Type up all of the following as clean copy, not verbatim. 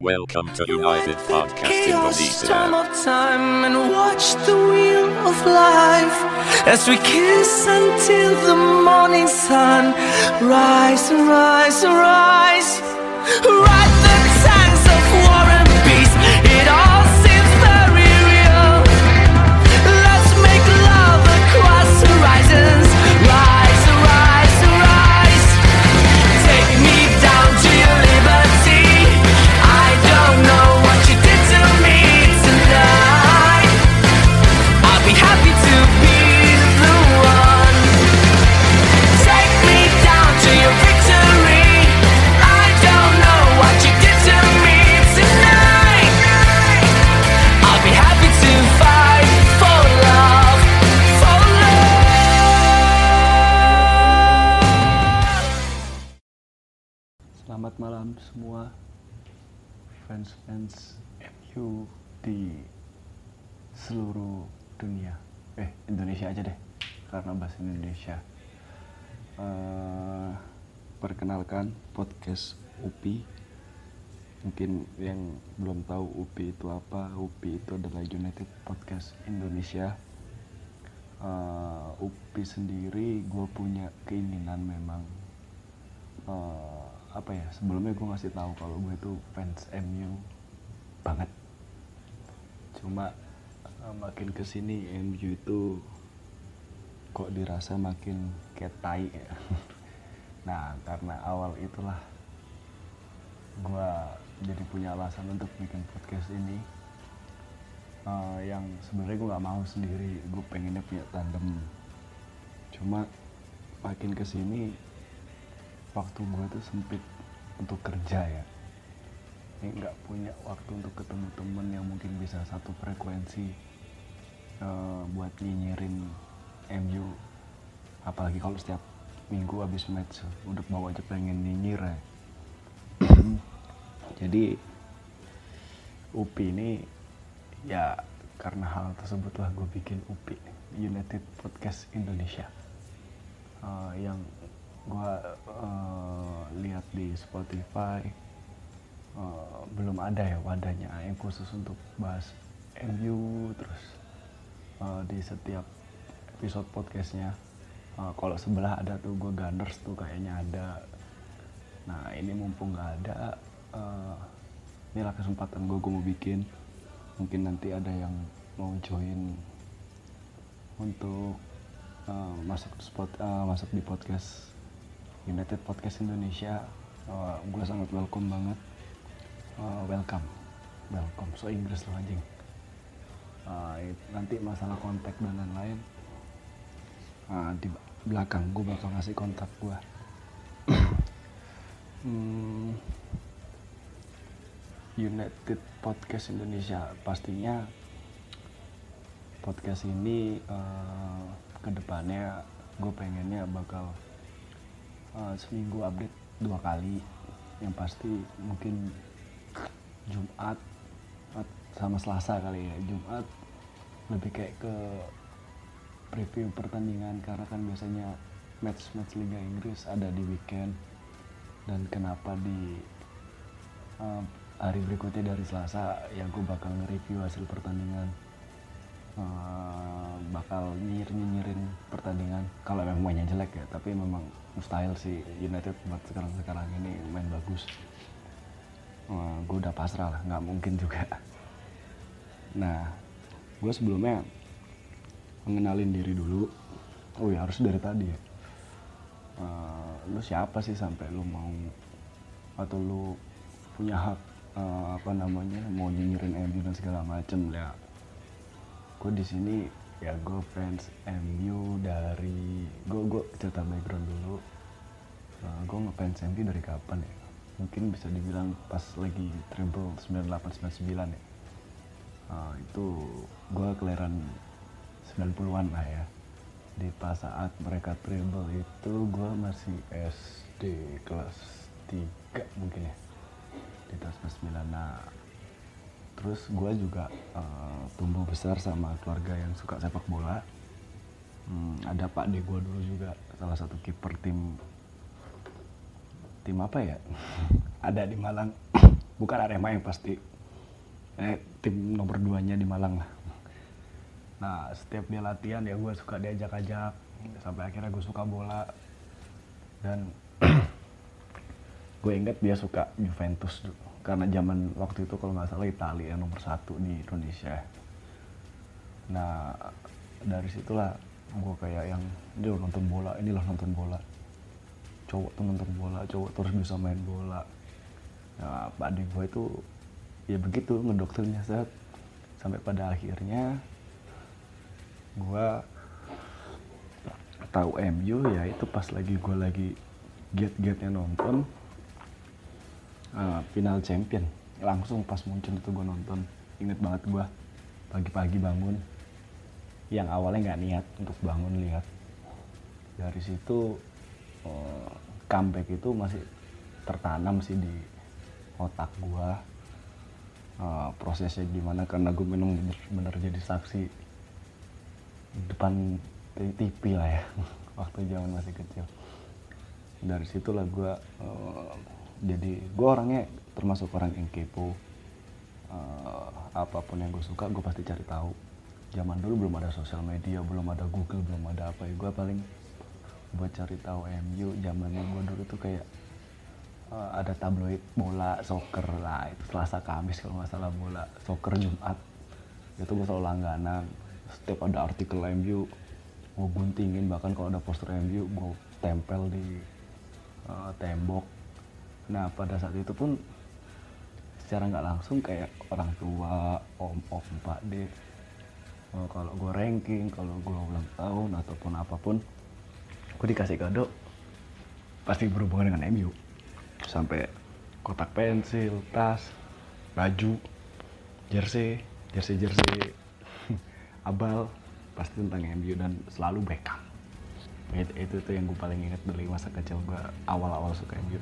Welcome to United Podcast Chaos storm Indonesia. of time and watch the wheel of life as we kiss until the morning sun. Rise and rise and rise. Ride the tanks of war and peace. It all seems very real. Let's make love across horizons. Rise and rise and rise. Take me down to your liberty. I don't know what you did to me tonight. I'll be happy to be the one. Take me down to your victory. I don't know what you did to me tonight. I'll be happy to fight for love, for love. Selamat malam semua fans MU di seluruh dunia. Indonesia aja deh, karena bahasa Indonesia. Perkenalkan podcast UPI. Mungkin yang belum tahu UPI itu apa, UPI itu adalah United Podcast Indonesia. UPI sendiri gue punya keinginan memang sebelumnya gue ngasih tahu kalau gue itu fans MU banget. Cuma makin kesini MU itu kok dirasa makin kayak tai ya. Nah, karena awal itulah gue jadi punya alasan untuk bikin podcast ini. Yang sebenarnya gue nggak mau sendiri, gue pengennya punya tandem. Cuma makin kesini waktu gue tuh sempit untuk kerja ya. Ini nggak punya waktu untuk ketemu temen yang mungkin bisa satu frekuensi buat nyinyirin MU. Apalagi kalau setiap minggu habis match udah bawa aja pengen nyinyir ya. Jadi UPI ini ya karena hal tersebutlah gue bikin UPI, United Podcast Indonesia. Yang gue lihat di Spotify belum ada ya wadahnya yang khusus untuk bahas MU. Terus di setiap episode podcastnya, kalau sebelah ada tuh gue Gunners tuh kayaknya ada. Nah ini mumpung nggak ada, inilah kesempatan gue mau bikin. Mungkin nanti ada yang mau join untuk masuk di podcast United Podcast Indonesia. Gue sangat welcome banget. Welcome so Inggris loh anjing. Nanti masalah kontak dan lain-lain, di belakang gue bakal ngasih kontak gue. United Podcast Indonesia, pastinya podcast ini kedepannya gue pengennya bakal seminggu update 2 kali. Yang pasti mungkin Jumat sama Selasa kali ya. Jumat lebih kayak ke preview pertandingan, karena kan biasanya match Liga Inggris ada di weekend. Dan kenapa di hari berikutnya dari Selasa ya gue bakal nge-review hasil pertandingan, bakal nyinyirin pertandingan kalau memang mainnya jelek ya. Tapi memang mustahil sih United buat sekarang ini main bagus. Gue udah pasrah lah, nggak mungkin juga. Nah, gue sebelumnya mengenalin diri dulu. Oh ya, harus dari tadi ya. Lu siapa sih sampai lu mau, atau lu punya hak mau nyinyirin MU dan segala macem ya. Gue di sini ya, gue fans MU dari gue cerita background dulu. Gue ngefans MU dari kapan ya? Mungkin bisa dibilang pas lagi treble 98-99 ya. Itu gue kelahiran 90-an lah ya. Di pas saat mereka treble itu gue masih SD kelas 3 mungkin ya, di tahun 99. Nah, terus gue juga tumbuh besar sama keluarga yang suka sepak bola. Ada Pak De gue dulu juga salah satu kiper tim apa ya ada di Malang bukan Arema yang pasti, tim nomor 2-nya di Malang lah. Nah setiap dia latihan ya gue suka diajak-ajak, sampai akhirnya gue suka bola. Dan gue ingat dia suka Juventus dulu, karena zaman waktu itu kalau nggak salah Italia yang nomor 1 di Indonesia. Nah dari situlah gue kayak yang dia nonton bola, inilah nonton bola, cowok tuh nonton bola, cowok terus bisa main bola. Nah Pak adik gue itu ya begitu ngedoktrinnya set, sampai pada akhirnya gue tahu MU ya itu pas gue lagi get-getnya nonton final champion. Langsung pas muncul itu gue nonton, inget banget gue pagi-pagi bangun, yang awalnya nggak niat untuk bangun lihat. Dari situ comeback itu masih tertanam sih di otak gue. Prosesnya gimana, karena gue memang bener-bener jadi saksi depan TV lah ya waktu zaman masih kecil. Dari situlah gue jadi gue orangnya termasuk orang yang kepo. Apapun yang gue suka gue pasti cari tahu. Zaman dulu belum ada sosial media, belum ada Google, belum ada apa ya, gue paling buat cari tahu MU. Zamannya gue dulu tuh kayak ada tabloid bola soccer lah, itu Selasa Kamis kalau nggak salah, bola soccer Jumat itu gue selalu langganan. Setiap ada artikel MU gue guntingin, bahkan kalau ada poster MU gue tempel di tembok. Nah pada saat itu pun secara nggak langsung kayak orang tua, om, pak, dek, kalau gue ranking, kalau gue ulang tahun ataupun apapun, gue dikasih kado pasti berhubungan dengan MU. Sampai kotak pensil, tas, baju, jersey abal, pasti tentang MU dan selalu Beckham. Itu yang gue paling ingat dari masa kecil gue awal-awal suka MU.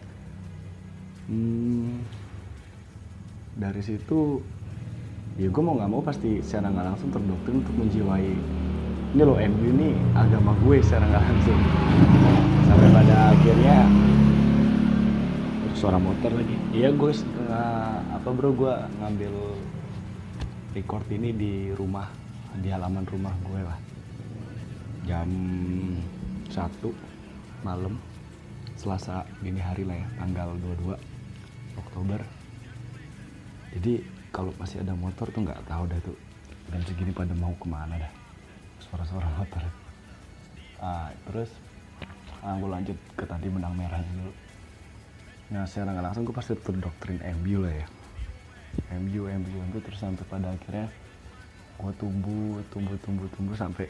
Dari situ ya gue mau nggak mau pasti secara nggak langsung terdoktrin untuk menjiwai ini loh, MU ini agama gue secara nggak langsung. Sampai pada akhirnya suara motor lagi. Iya gue gue ngambil record ini di rumah, di halaman rumah gue lah. Jam 1 malam Selasa dini hari lah ya, tanggal 22 Oktober. Jadi kalau masih ada motor tuh nggak tahu dah tuh jam segini pada mau kemana dah suara-suara motor. Terus gue lanjut ke tadi benang merahnya dulu. Nah secara nggak langsung gue pasti terdoktrin MU lah ya, MU terus sampai pada akhirnya gue tumbuh sampai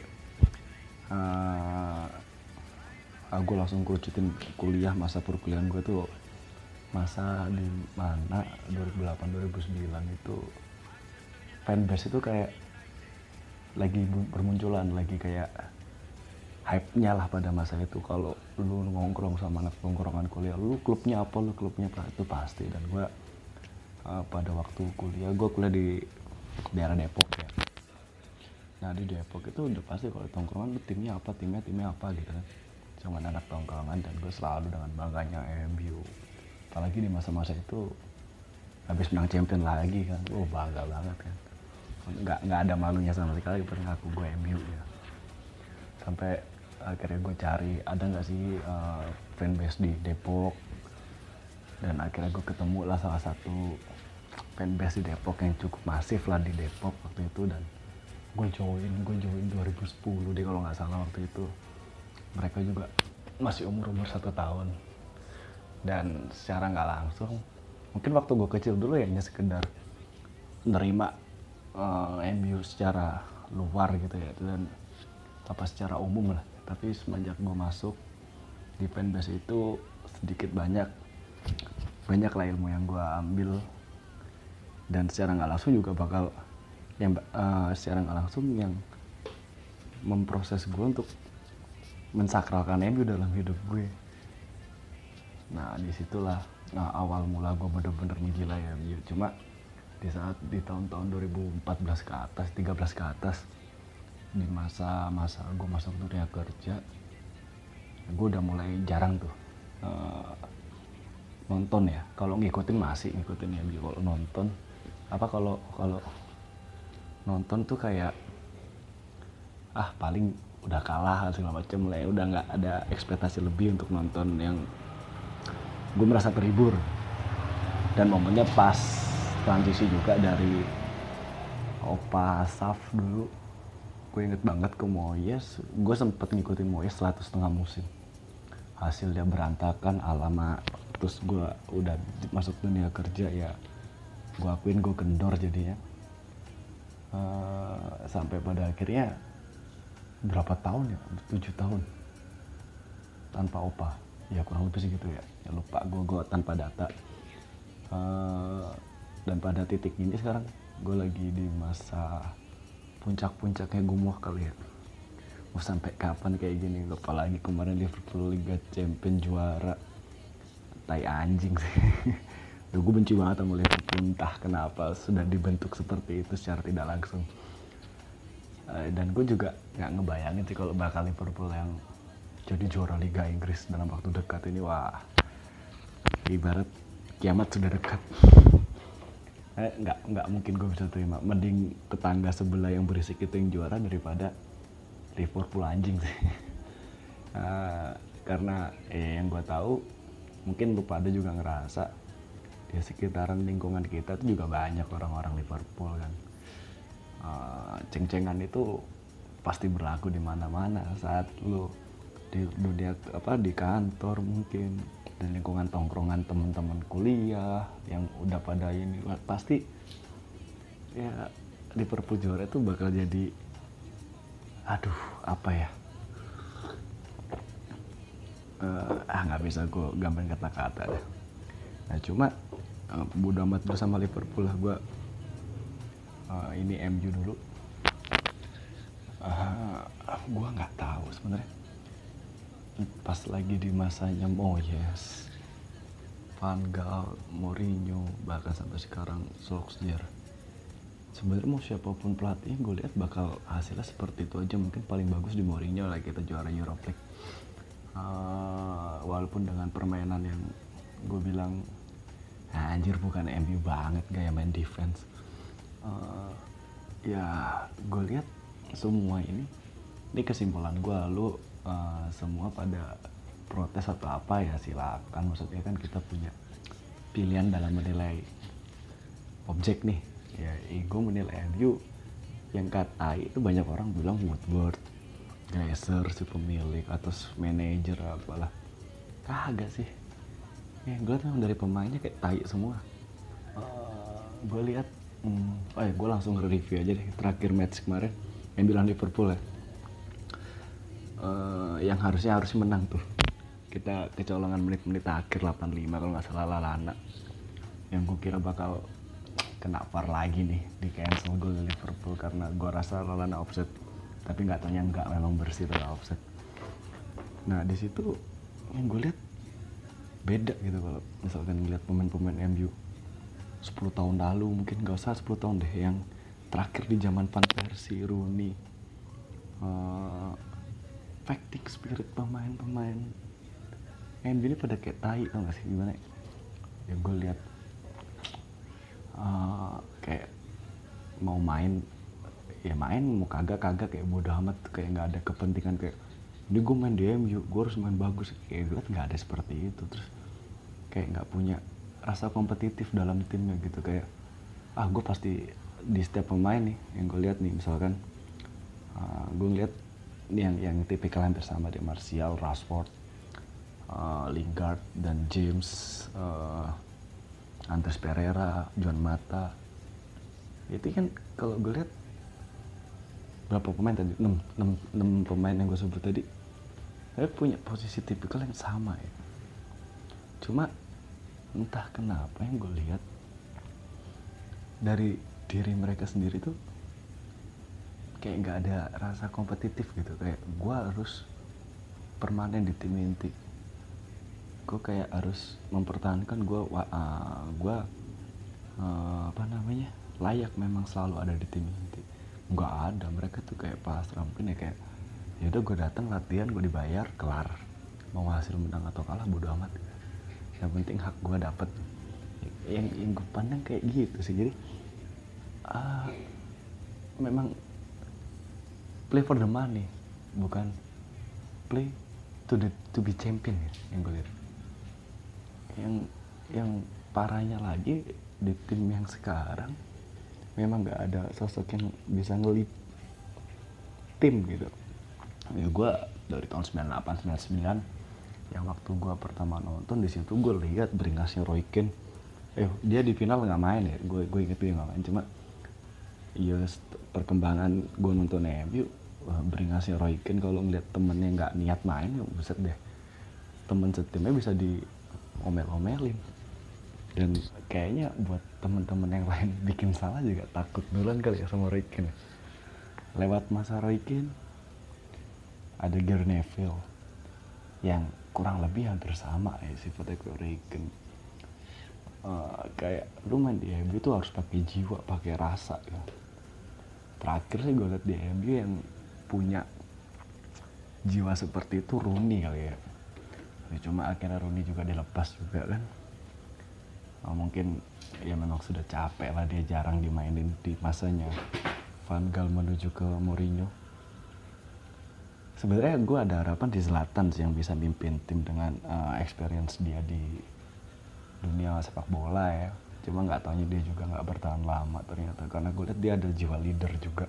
gue langsung kerucutin kuliah. Masa perkuliahan gue tuh masa di mana 2008-2009 itu fanbase itu kayak lagi bermunculan, lagi kayak hype-nya lah pada masa itu. Kalau lu ngongkrong sama anak nongkrongan kuliah, lu klubnya apa itu pasti. Dan gue pada waktu kuliah, gue kuliah di daerah Depok ya. Nah di Depok itu udah pasti kalau tongkrongan lu timnya apa gitu kan. Cuman anak tongkrongan, dan gue selalu dengan bangganya MU. Apalagi di masa-masa itu habis menang champion lagi kan, bangga banget kan. Nggak ada malunya sama sekali ngaku gue MU ya. Sampai akhirnya gue cari ada nggak sih fanbase di Depok, dan akhirnya gue ketemu lah salah satu fanbase di Depok yang cukup masif lah di Depok waktu itu. Dan gue join 2010 deh kalau nggak salah waktu itu. Mereka juga masih umur 1 tahun, dan secara nggak langsung mungkin waktu gue kecil dulu ya hanya sekedar nerima MU secara luar gitu ya, dan apa secara umum lah. Tapi semenjak gue masuk di fanbase itu sedikit banyak lah ilmu yang gue ambil, dan secara nggak langsung juga bakal yang secara nggak langsung yang memproses gue untuk mensakralkan MU dalam hidup gue. Nah disitulah awal mula gue bener-bener menggila MU. Cuma di tahun-tahun 2014 ke atas, 13 ke atas, di masa gue masuk dunia kerja, gue udah mulai jarang tuh nonton ya, kalau ngikutin masih ngikutin MU. Kalau nonton kalau nonton tuh kayak paling udah kalah segala macem lah ya, udah nggak ada ekspektasi lebih untuk nonton, yang gue merasa terhibur. Dan momennya pas transisi juga dari Opa Saf dulu, gue inget banget ke Moyes. Gue sempet ngikutin Moyes 1,5 musim, hasilnya berantakan, alamak. Terus gue udah masuk dunia kerja ya, gue akuin gue kendor jadinya. Sampai pada akhirnya berapa tahun ya, 7 tahun tanpa Opa ya, kurang lebih segitu ya lupa gue tanpa data. Dan pada titik ini sekarang gue lagi di masa puncak-puncaknya gue kali ya. Mau sampai kapan kayak gini? Apalagi kemarin Liverpool Liga Champions juara, tai anjing sih. Gue benci banget sama Liverpool, entah kenapa sudah dibentuk seperti itu secara tidak langsung. Dan gue juga nggak ngebayangin sih kalau bakal Liverpool yang jadi juara Liga Inggris dalam waktu dekat ini. Wah, ibarat kiamat sudah dekat. Nggak mungkin gue bisa terima. Mending tetangga sebelah yang berisik itu yang juara daripada Liverpool anjing sih. Karena yang gue tahu, mungkin lu pada juga ngerasa di sekitaran lingkungan kita tuh juga banyak orang-orang Liverpool kan. Ceng-cengan itu pasti berlaku di mana-mana saat lu di dunia di kantor mungkin, dan lingkungan tongkrongan teman-teman kuliah yang udah pada ini, pasti ya Liverpool juara itu bakal jadi nggak bisa gue gambarin kata-kata deh. Nah cuma bodo amat bersama Liverpool lah gue. Ini MU dulu. Gue nggak tahu sebenarnya. Pas lagi di masanya Moyes, Van Gaal, Mourinho, bahkan sampai sekarang Solskjaer. Sebenarnya mau siapapun pelatih, gue lihat bakal hasilnya seperti itu aja. Mungkin paling bagus di Mourinho lah, kita juara Europa League. Walaupun dengan permainan yang gue bilang anjir bukan MU banget, gaya main defense. Ya gue lihat semua ini kesimpulan gue. Lu semua pada protes atau apa ya silakan, maksudnya kan kita punya pilihan dalam menilai objek nih ya. Gue menilai MU yang katai itu banyak orang bilang Woodward, Glazer si pemilik atau manajer apalah. Kagak sih, gue lihat memang dari pemainnya kayak tai semua. Gue lihat gue langsung review aja deh terakhir match kemarin yang bilang Liverpool ya. Yang harusnya menang tuh, kita kecolongan menit-menit akhir 85 kalau nggak salah Lallana, yang gue kira bakal kena VAR lagi nih, di cancel gol Liverpool karena gue rasa Lallana offset, tapi nggak tanya nggak, memang bersih tuh offset. Nah di situ yang gue lihat beda gitu kalau misalkan ngeliat pemain-pemain MU 10 tahun lalu, mungkin nggak usah 10 tahun deh, yang terakhir di zaman Van Persie, Rooney, fighting spirit pemain-pemain MU ini pada kayak tai, tau gak sih gimana ya. Gue lihat kayak mau main ya main, mau kagak kayak bodo amat, kayak nggak ada kepentingan, kayak ini gue main di MU gue harus main bagus, kayak gue lihat nggak ada seperti itu. Terus kayak nggak punya rasa kompetitif dalam timnya gitu, kayak gue pasti di setiap pemain nih yang gue lihat nih, misalkan gue lihat yang tipikal hampir sama di Martial, Rashford, Lingard dan James, Andres Pereira, Juan Mata. Itu kan kalau gue lihat berapa pemain tadi, 6 pemain yang gue sebut tadi, saya punya posisi tipikal yang sama ya. Cuma entah kenapa yang gue lihat dari diri mereka sendiri tuh kayak nggak ada rasa kompetitif gitu, kayak gue harus permanen di tim inti, gue kayak harus mempertahankan gue layak memang selalu ada di tim inti. Nggak ada, mereka tuh kayak pasrah, mungkin ya kayak yaudah gue datang latihan, gue dibayar, kelar, mau hasil menang atau kalah bodo amat. yang penting hak gue dapet. Yang gue pandang kayak gitu sih. Jadi memang play for the money, bukan play to be champion ya, yang gue lihat. Yang parahnya lagi di tim yang sekarang memang nggak ada sosok yang bisa ngelit tim gitu. Ya gue dari tahun 98 99 yang waktu gue pertama nonton, di situ gue lihat beringasnya Roy Keane. Dia di final nggak main ya, gue inget dia nggak main, cuma iya perkembangan gue nonton MU, beringasnya Roy Keane kalau ngeliat temennya nggak niat main, ya buset deh, temen setimnya bisa diomel-omelin. Dan kayaknya buat temen-temen yang lain bikin salah juga takut duluan kali ya sama Roy Keane. Lewat masa Roy Keane ada Gary Neville yang kurang lebih hampir sama ya sifatnya kayak Roy Keane. Kayak lu main di MU tuh harus pakai jiwa, pakai rasa ya. Terakhir sih gue liat di MU yang punya jiwa seperti itu Rooney kali ya. Cuma akhirnya Rooney juga dilepas juga kan. Mungkin ya memang sudah capek lah, dia jarang dimainin di masanya Van Gaal menuju ke Mourinho. Sebenarnya gue ada harapan di Zlatan sih yang bisa mimpin tim dengan experience dia di dunia sepak bola ya. Cuma nggak taunya dia juga nggak bertahan lama ternyata, karena gue lihat dia ada jiwa leader juga.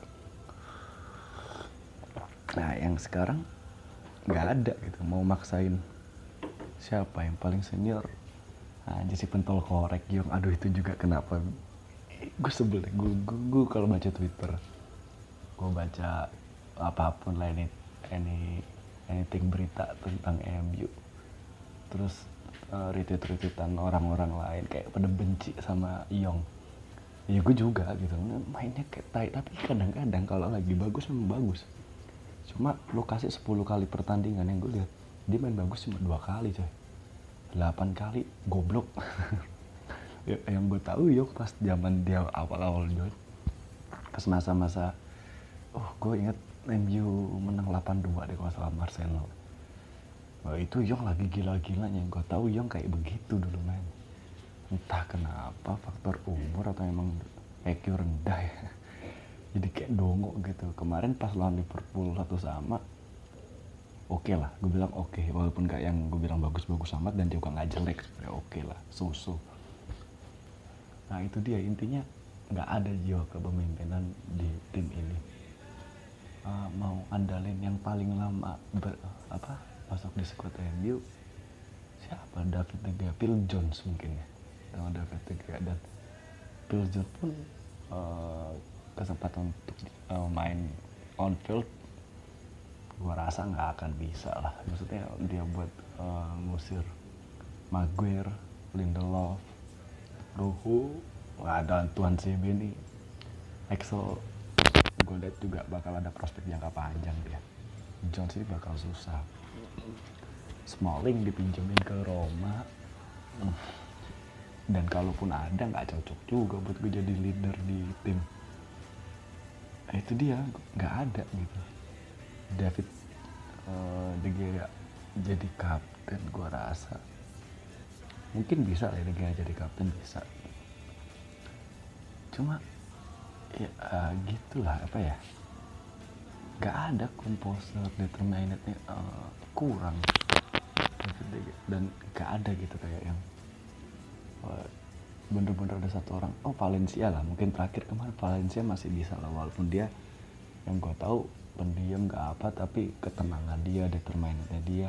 Nah yang sekarang nggak ada gitu, mau maksain siapa yang paling senior. Aja si pentol korek Yong, aduh itu juga kenapa gue sebel deh. Gue kalau baca Twitter, gue baca apapun lah, anything berita tentang MU, terus retweet-retweetan orang-orang lain kayak pada benci sama Yong. Ya gue juga gitu, mainnya kayak tai, tapi kadang-kadang kalau lagi bagus memang bagus. Cuma lo kasih 10 kali pertandingan yang gue lihat, dia main bagus cuma 2 kali coy. 8 kali goblok. Yang gue tahu Yong pas zaman dia awal-awal join, pas masa-masa gue inget MU menang 8-2 deh kalau salah Arsenal. Itu Yong lagi gila-gilanya. Gue tahu Yong kayak begitu dulu main. Entah kenapa, faktor umur atau emang IQ rendah ya. Jadi kayak dongo gitu. Kemarin pas lawan Liverpool 1-1, oke lah, gue bilang oke, walaupun gak yang gue bilang bagus-bagus amat dan juga gak jelek, ya oke lah, so-so. Nah itu dia intinya, gak ada jiwa kepemimpinan di tim ini. Mau andalin yang paling lama masuk di squad MU siapa? David De Gea, Phil Jones mungkin ya, sama David De Gea. Dan Phil Jones pun kesempatan untuk main on field gue rasa nggak akan bisa lah. Maksudnya dia buat ngusir Maguire, Lindelof, Rojo, nggak ada Tuan CB nih. Axel gue lihat juga bakal ada prospek jangka panjang dia. Jones ini bakal susah. Smalling dipinjemin ke Roma, dan kalaupun ada nggak cocok juga buat gue jadi leader di tim. Itu dia, nggak ada gitu. David De Gea jadi kapten, gue rasa mungkin bisa lah De Gea jadi kapten, bisa. Cuma ya gitulah, apa ya, nggak ada komposer determinednya, kurang David De Gea. Dan nggak ada gitu kayak yang bener-bener ada satu orang. Valencia lah mungkin terakhir kemarin, Valencia masih bisa lah, walaupun dia yang gue tahu pendiam gak apa, tapi ketenangan dia, determinednya dia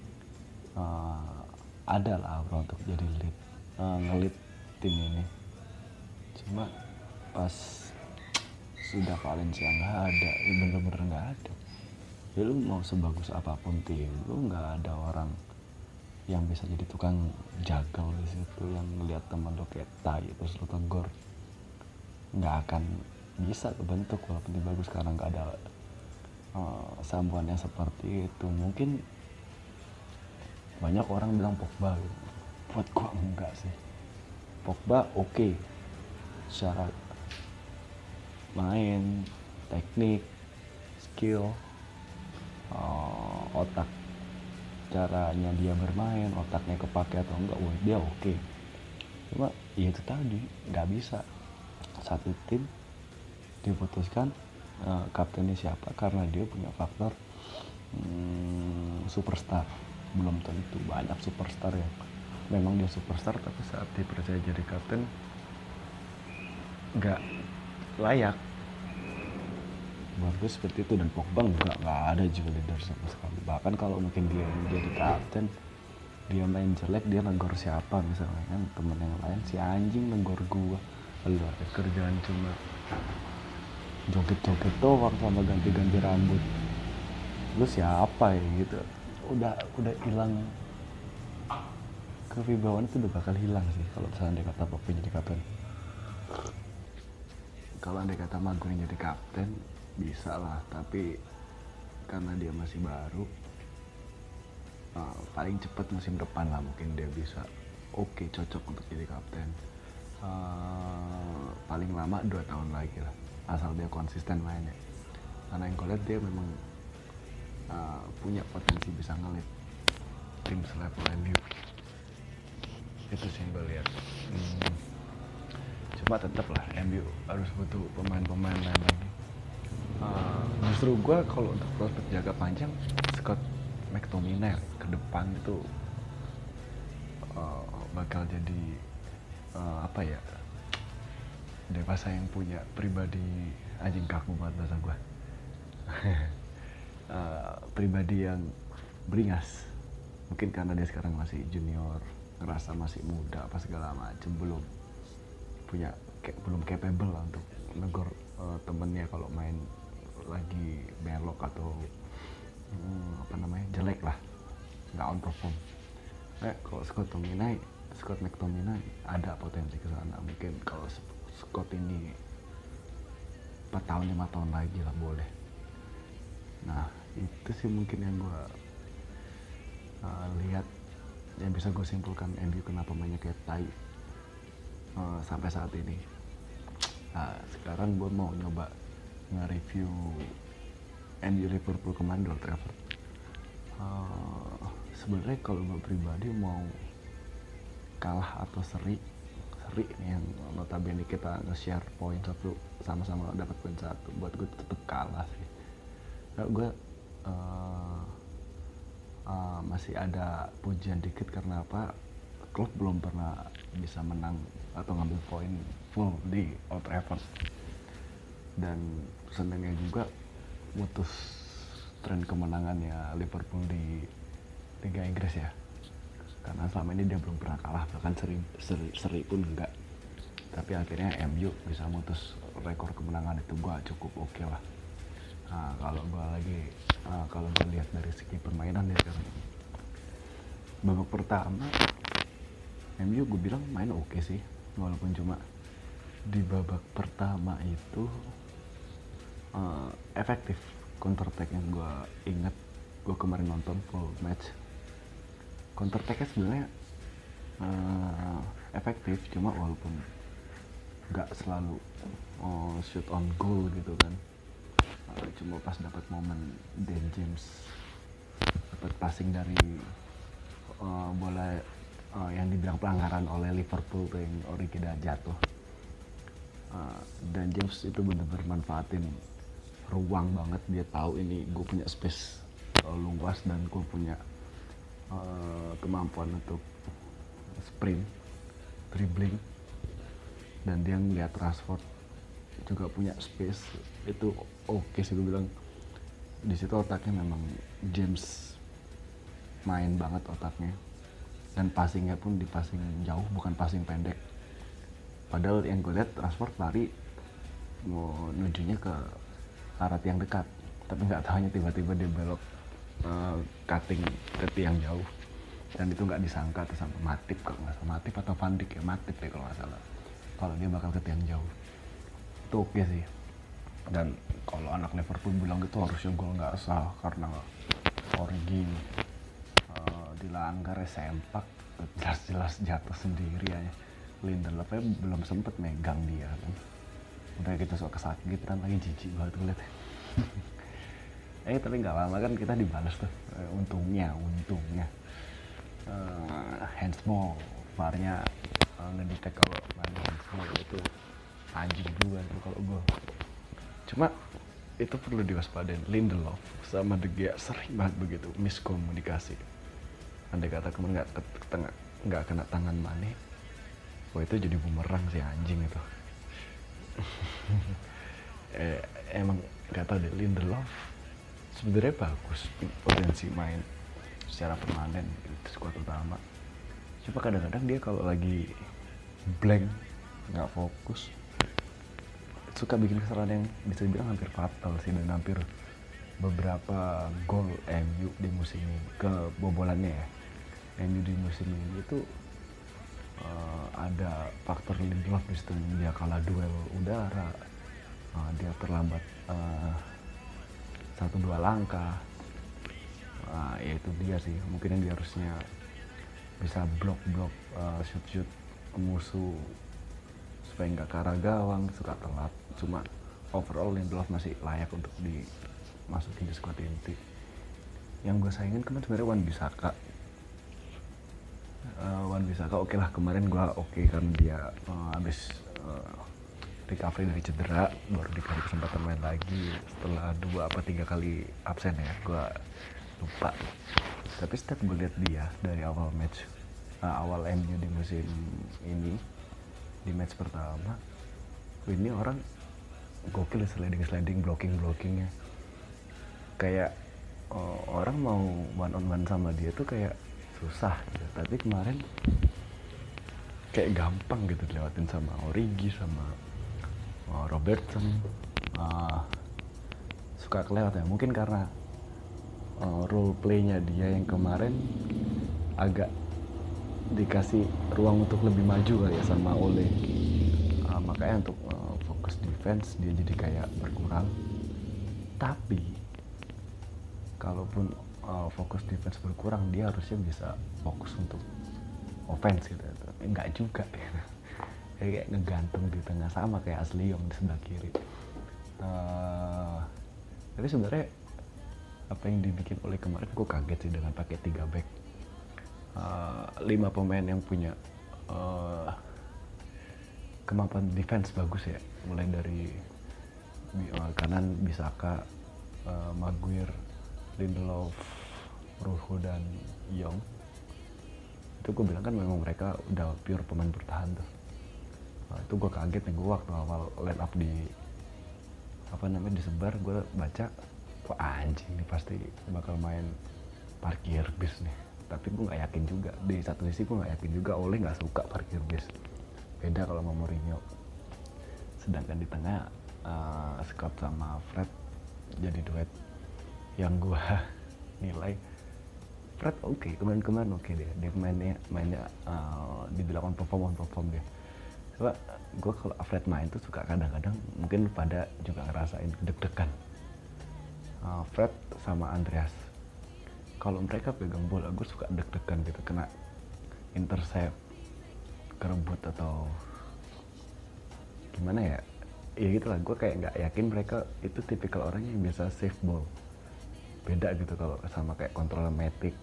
ada lah aura untuk jadi ngelit tim ini. Cuma pas sudah Valencia nggak ada, bener-bener nggak ada. Ya lu mau sebagus apapun tim, lu nggak ada orang yang bisa jadi tukang jagal di situ, yang ngelihat teman lu kayak tai terus lu tegur, nggak akan bisa kebentuk walaupun dia bagus, karena nggak ada sambungan yang seperti itu. Mungkin banyak orang bilang Pogba gitu. Buat gua enggak sih. Pogba oke, secara main, teknik, skill, otak. caranya dia bermain, otaknya kepake atau enggak, wah dia oke. Cuma ya itu tadi, nggak bisa satu tim diputuskan kaptennya siapa karena dia punya faktor superstar. Belum tentu, banyak superstar yang memang dia superstar tapi saat dipercaya jadi kapten nggak layak. Buat gue seperti itu, dan Pogba nggak ada juga leader sama sekali. Bahkan kalau mungkin dia yang jadi kapten, dia main jelek, dia negor siapa misalnya kan, temen yang lain, si anjing negor gua. Lalu ada kerjaan cuma joget-joget doang sama ganti-ganti rambut. Lu siapa ya gitu. Udah hilang, kewibawaan itu udah bakal hilang sih kalau misalnya dia kata Pogba jadi kapten. Kalau andai kata Maguire jadi kapten bisa lah, tapi karena dia masih baru, paling cepat musim depan lah mungkin dia bisa oke, cocok untuk jadi kapten. Paling lama 2 tahun lagi lah, asal dia konsisten mainnya. Karena yang gue lihat dia memang punya potensi bisa ngelit tim selevel MU. Itu sih yang gue lihat. Cuma tetap lah MU harus butuh pemain-pemain lain lagi. Justru gue kalau untuk prospek jangka panjang, Scott McTominay ke depan itu bakal jadi apa ya, dewasa yang punya pribadi, anjing kaku banget bahasa gue. Pribadi yang beringas. Mungkin karena dia sekarang masih junior, ngerasa masih muda apa segala macem, belum capable lah untuk negor temennya kalau main lagi belok atau jelek lah, nggak on perform. Kalau Scott McTominay ada potensi ke sana. Mungkin kalau Scott ini 4 tahun 5 tahun lagi lah boleh. Nah itu sih mungkin yang gue lihat, yang bisa gue simpulkan MU kenapa mainnya kayak tai sampai saat ini. Sekarang gue mau nyoba nge-review MU Liverpool kemarin di Old Trafford. Sebenarnya kalau gue pribadi mau kalah atau seri nih, yang notabene kita nge-share poin 1, sama-sama dapat poin 1, buat gue tetap kalah sih. Gue masih ada pujian dikit karena apa, klub belum pernah bisa menang atau ngambil poin full di Old Trafford. Dan senangnya juga mutus tren kemenangannya Liverpool di Liga Inggris ya, karena selama ini dia belum pernah kalah, bahkan seri pun enggak. Tapi akhirnya MU bisa mutus rekor kemenangan itu, gua cukup oke lah. Kalau gue lihat dari segi permainan ya sekarang, babak pertama MU gue bilang main oke sih, walaupun cuma di babak pertama itu efektif counter attack. Yang gue ingat, gue kemarin nonton full match, counter attacknya sebenarnya efektif, cuma walaupun nggak selalu shoot on goal gitu kan. Cuma pas dapat momen Dan James dapat passing dari bola yang dibilang pelanggaran oleh Liverpool tuh, yang Origi jatuh, dan James itu benar-benar manfaatin ruang banget. Dia tahu ini gue punya space luas dan gue punya kemampuan untuk sprint, dribbling, dan dia ngeliat Rashford juga punya space. Itu oke sih, gue bilang di situ otaknya memang James main banget otaknya, dan passingnya pun di passing jauh, bukan passing pendek. Padahal yang gue lihat Rashford lari mau nujunya ke arah tiang dekat, tapi nggak tahunya tiba-tiba dia belok cutting ke tiang jauh, dan itu nggak disangka tuh sama Matip, kalau nggak salah Matip atau Van Dijk ya, Matip deh kalau nggak salah, kalau dia bakal ke tiang jauh. Itu oke sih. Dan kalau anak Liverpool bilang gitu harusnya gol nggak sah karena Origi dilanggar, sempak, jelas-jelas jatuh sendiri aja. Lindelöf belum sempet megang dia kan, udah gitu soal kesakitan lagi, jijik banget ngeliat. Tapi nggak lama kan kita dibalas tuh. Untungnya hands small, VAR-nya ngedetect kalau main hands small itu anjing juga tuh kalau gue. Cuma itu perlu diwaspadain. Lindelof sama De Gea sering banget begitu miskomunikasi. Andai kata kemarin nggak kena tangan Mane, wah itu jadi bumerang sih anjing itu. Emang nggak tahu deh, Lindelof sebenarnya bagus, potensi main secara permanen itu skuad utama. Cuma kadang-kadang dia kalau lagi blank, nggak fokus, suka bikin kesalahan yang bisa dibilang hampir fatal sih, dan hampir beberapa gol MU di musim ini, kebobolannya ya, MU di musim ini itu ada faktor Lindelof di situ. Dia kalah duel udara, dia terlambat 1-2 langkah. Ya itu dia sih, mungkin dia harusnya bisa blok shoot musuh supaya nggak ke arah gawang, suka telat. Cuma overall Lindelof masih layak untuk dimasukin di skuad inti. Yang gue sayangin kemarin sebenarnya Wan Bissaka oke lah, kemarin gue oke karena dia habis recovery dari cedera, baru dikasih kesempatan main lagi setelah 2-3 kali absen ya, gue lupa. Tapi setiap gue lihat dia dari awal MU di musim ini, di match pertama, ini orang gokil, sliding blockingnya. Kayak orang mau one on one sama dia tuh kayak susah gitu. Tapi kemarin kayak gampang gitu dilewatin sama Origi, sama Robertson. Suka kelewat ya, mungkin karena role play-nya dia yang kemarin agak dikasih ruang untuk lebih maju kali ya sama Ole. Makanya untuk fokus defense dia jadi kayak berkurang. Tapi kalaupun fokus defense berkurang, dia harusnya bisa fokus untuk offense gitu. Enggak juga gitu. Kayak ngegantung di tengah sama kayak Ashley Young di sebelah kiri. Tapi sebenarnya apa yang dibikin oleh kemarin, gue kaget sih dengan pakai 3 back. 5 pemain yang punya kemampuan defense bagus ya, mulai dari kanan Bissaka, Maguire, Lindelof, Rojo dan Young. Itu gue bilang kan memang mereka udah pure pemain bertahan tuh. Itu gue kaget nih, gue waktu awal line up disebar, gue baca, wah anjing nih pasti bakal main parkir bis nih. Tapi gue nggak yakin juga. Di satu sisi gue nggak yakin juga, Ole nggak suka parkir bis. Beda kalau sama Mourinho. Sedangkan di tengah Scott sama Fred jadi duet yang gue nilai. Fred oke, kemarin oke deh. Dia mainnya dibilang on perform dia. Coba gue kalau Fred main tuh suka kadang-kadang, mungkin pada juga ngerasain deg-degan. Fred sama Andreas, kalau mereka pegang bola gue suka deg-degan gitu, kena intercept, kerebut atau gimana ya gitulah. Gue kayak nggak yakin mereka itu tipikal orang yang bisa save ball. Beda gitu kalau sama kayak kontrol Matic,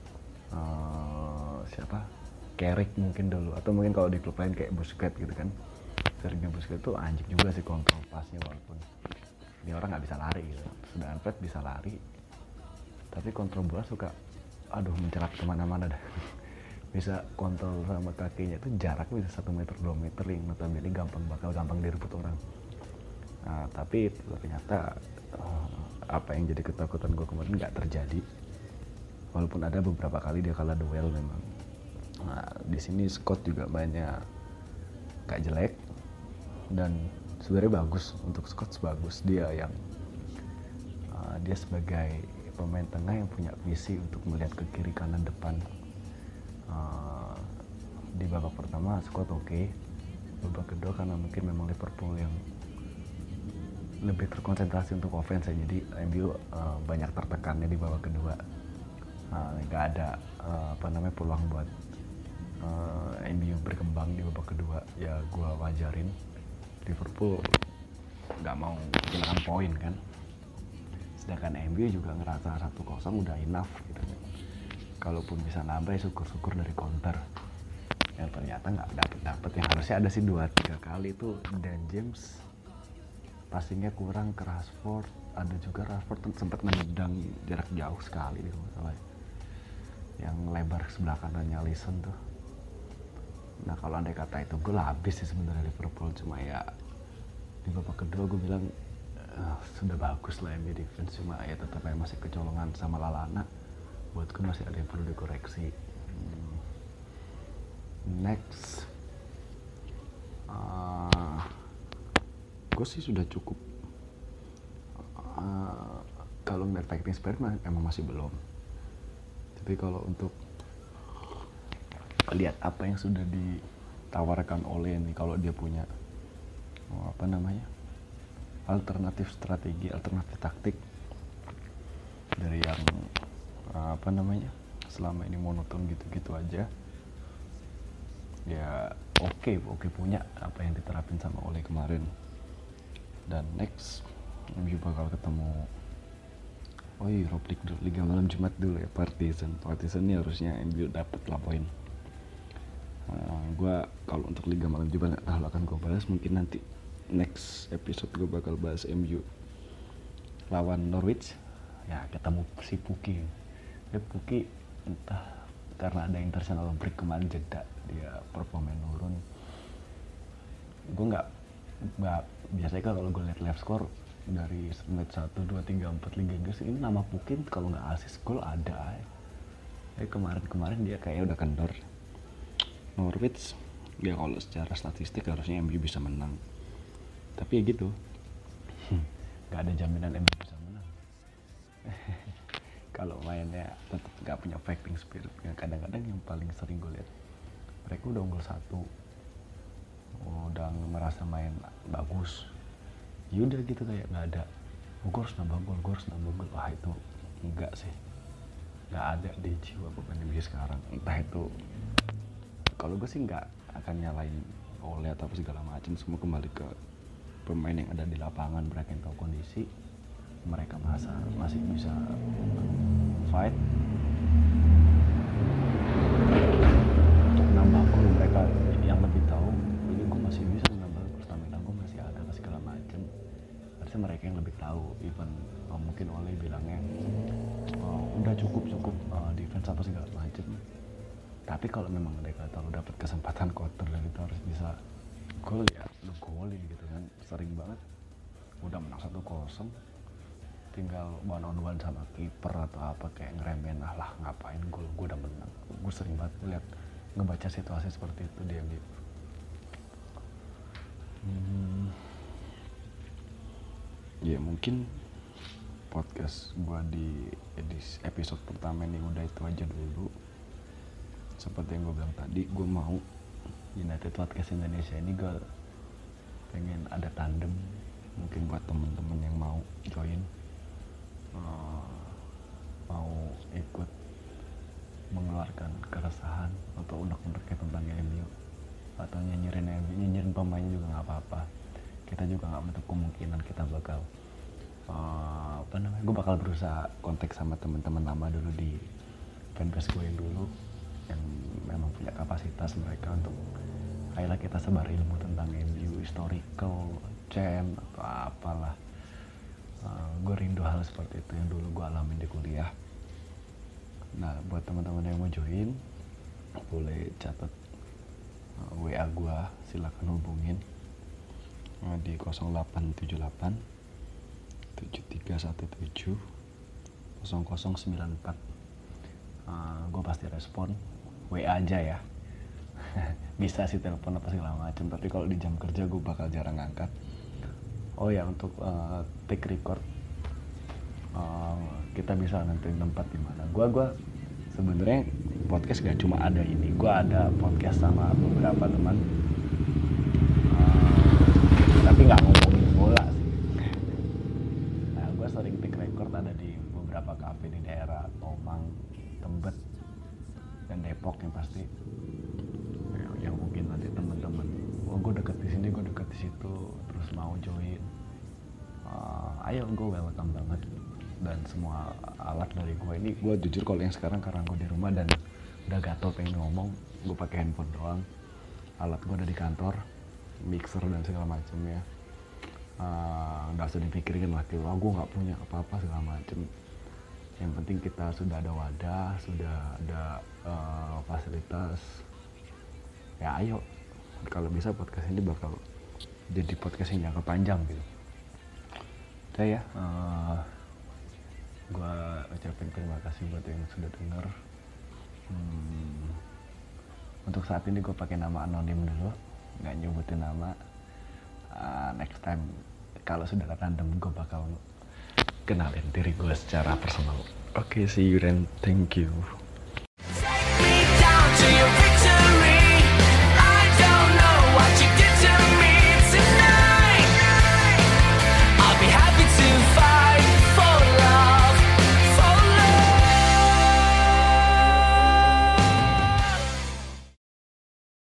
Carrick mungkin dulu, atau mungkin kalau di klub lain kayak Busquets gitu kan. Sergio Busquets tuh anjing juga sih kontrol pasnya, walaupun dia orang nggak bisa lari gitu. Sedangkan Fred bisa lari, tapi kontrol bola suka mencerat kemana-mana dah. Bisa kontrol sama kakinya itu jaraknya bisa 1 meter 2 meter yang notabene bakal gampang direbut orang. Nah, tapi ternyata apa yang jadi ketakutan gue kemarin nggak terjadi, walaupun ada beberapa kali dia kalah duel memang. Nah, di sini Scott juga mainnya gak jelek, dan sebenarnya bagus untuk Scott, bagus dia yang dia sebagai pemain tengah yang punya visi untuk melihat ke kiri kanan depan. Di babak pertama Scott oke. Babak kedua karena mungkin memang Liverpool yang lebih terkonsentrasi untuk offense ya, jadi MU banyak tertekannya di babak kedua. Nggak ada peluang buat MU berkembang di babak kedua. Ya gua wajarin, Liverpool nggak mau kehilangan poin kan. Sedangkan MU juga ngerasa 1-0 udah enough gitu. Kalaupun bisa nambah ya syukur-syukur dari counter. Yang ternyata nggak dapet yang harusnya ada sih 2-3 kali tuh. Dan James passingnya kurang ke Rashford. Ada juga Rashford sempat nendang jarak jauh sekali di masalah yang lebar sebelah kanannya Alisson tuh. Nah kalau andai kata itu gol habis sih sebenarnya Liverpool, cuma ya di babak kedua gue bilang sudah bagus lah MU defense, cuma ya tetap masih kecolongan sama Lallana. Buat gue masih ada yang perlu dikoreksi. Next, gue sih sudah cukup. Kalau ngeliat fighting spirit emang masih belum. Tapi kalau untuk lihat apa yang sudah ditawarkan oleh ini, kalau dia punya alternatif strategi, alternatif taktik dari yang selama ini monoton gitu-gitu aja, ya oke punya apa yang diterapin sama Ole kemarin. Dan next MU bakal ketemu Europa League dulu, Liga Malam Jumat dulu ya, Partizan ini harusnya MU dapat lah poin. Gue kalau untuk Liga Malam Jumat nggak tahu akan gue bahas, mungkin nanti next episode gue bakal bahas MU lawan Norwich. Ya ketemu si Puki entah karena ada international break kemarin jeda, dia performa nurun. Gue nggak biasanya kalau gue lihat live score dari menit 1, 2, 3, 4 Liga Inggris ini nama Pukin kalau nggak assist gol ada ya. Kemarin dia kayaknya udah kendor. Norwich ya kalau secara statistik harusnya MU bisa menang, tapi ya gitu, nggak ada jaminan MU bisa menang. Kalau mainnya tetap nggak punya fighting spirit. Kadang-kadang yang paling sering gue lihat mereka udah unggul 1, udah merasa main bagus, yaudah gitu kayak nggak ada gue harus nambah gol. Wah itu enggak sih, nggak ada di jiwa pemain MU sekarang. Entah itu, kalau gue sih nggak akan nyalain Ole atau segala macam, semua kembali ke pemain yang ada di lapangan. Mereka yang tahu kondisi, mereka masih bisa fight untuk nambah gol. Mereka yang lebih tahu ini gue masih bisa nambah gol, stamina gue masih ada segala macam. Harusnya mereka yang lebih tahu. Even mungkin Ole bilangnya udah cukup defense apa segala macam, tapi kalau memang mereka tahu dapat kesempatan quarter dan itu harus bisa gol, ya lu golin gitu kan. Sering banget udah menang 1-0 tinggal one on one sama kiper atau apa, kayak ngeremehin lah ngapain gol, gue udah menang. Gue sering banget lihat ngebaca situasi seperti itu dia gitu. Ya mungkin podcast gue di episode pertama ini udah itu aja dulu. Seperti yang gue bilang tadi, gue mau United Podcast Indonesia ini gue pengen ada tandem, mungkin buat temen-temen yang mau join, mau ikut mengeluarkan keresahan atau unek-unek tentang MU atau nyinyirin pemainnya juga nggak apa-apa. Kita juga nggak menutup kemungkinan kita bakal gue bakal berusaha kontak sama teman-teman lama dulu di fanbase gue yang dulu, yang memang punya kapasitas mereka untuk ayolah kita sebar ilmu tentang MU, historical, jam atau apalah. Gue rindu hal seperti itu yang dulu gue alamin di kuliah. Nah buat teman-teman yang mau join, boleh catat WA gue, silakan hubungin di 0878 7317 0094. Gue pasti respon. WA aja ya. Bisa sih telepon apa segala macam, tapi kalau di jam kerja gue bakal jarang ngangkat. Oh ya, untuk take record kita bisa nentuin tempat di mana. Gue sebenarnya podcast gak cuma ada ini. Gue ada podcast sama beberapa teman, tapi nggak ngomongin bola sih. Nah, gue sering take record ada di beberapa kafe di daerah Tomang, Tembet, dan Depok yang pasti. Yang mungkin nanti teman-teman, gue deket di sini, gue deket di situ, terus mau join, ayo gue welcome banget. dan semua alat dari gue ini. Gue jujur kalau yang sekarang karena gue di rumah dan udah gatel pengen ngomong, gue pakai handphone doang. Alat gue ada di kantor, mixer dan segala macamnya. Nggak usah dipikirin lah, gue nggak punya apa-apa segala macem. Yang penting kita sudah ada wadah, sudah ada fasilitas. Ya ayo, kalau bisa podcast ini bakal jadi podcast yang jangka panjang gitu. Udah ya, gue ucapin terima kasih buat yang sudah denger. Untuk saat ini gue pakai nama anonim dulu, nggak nyebutin nama. Next time kalau sudah random gue bakal kenalin diri gue secara personal. Oke, see you then, thank you. Take me down to your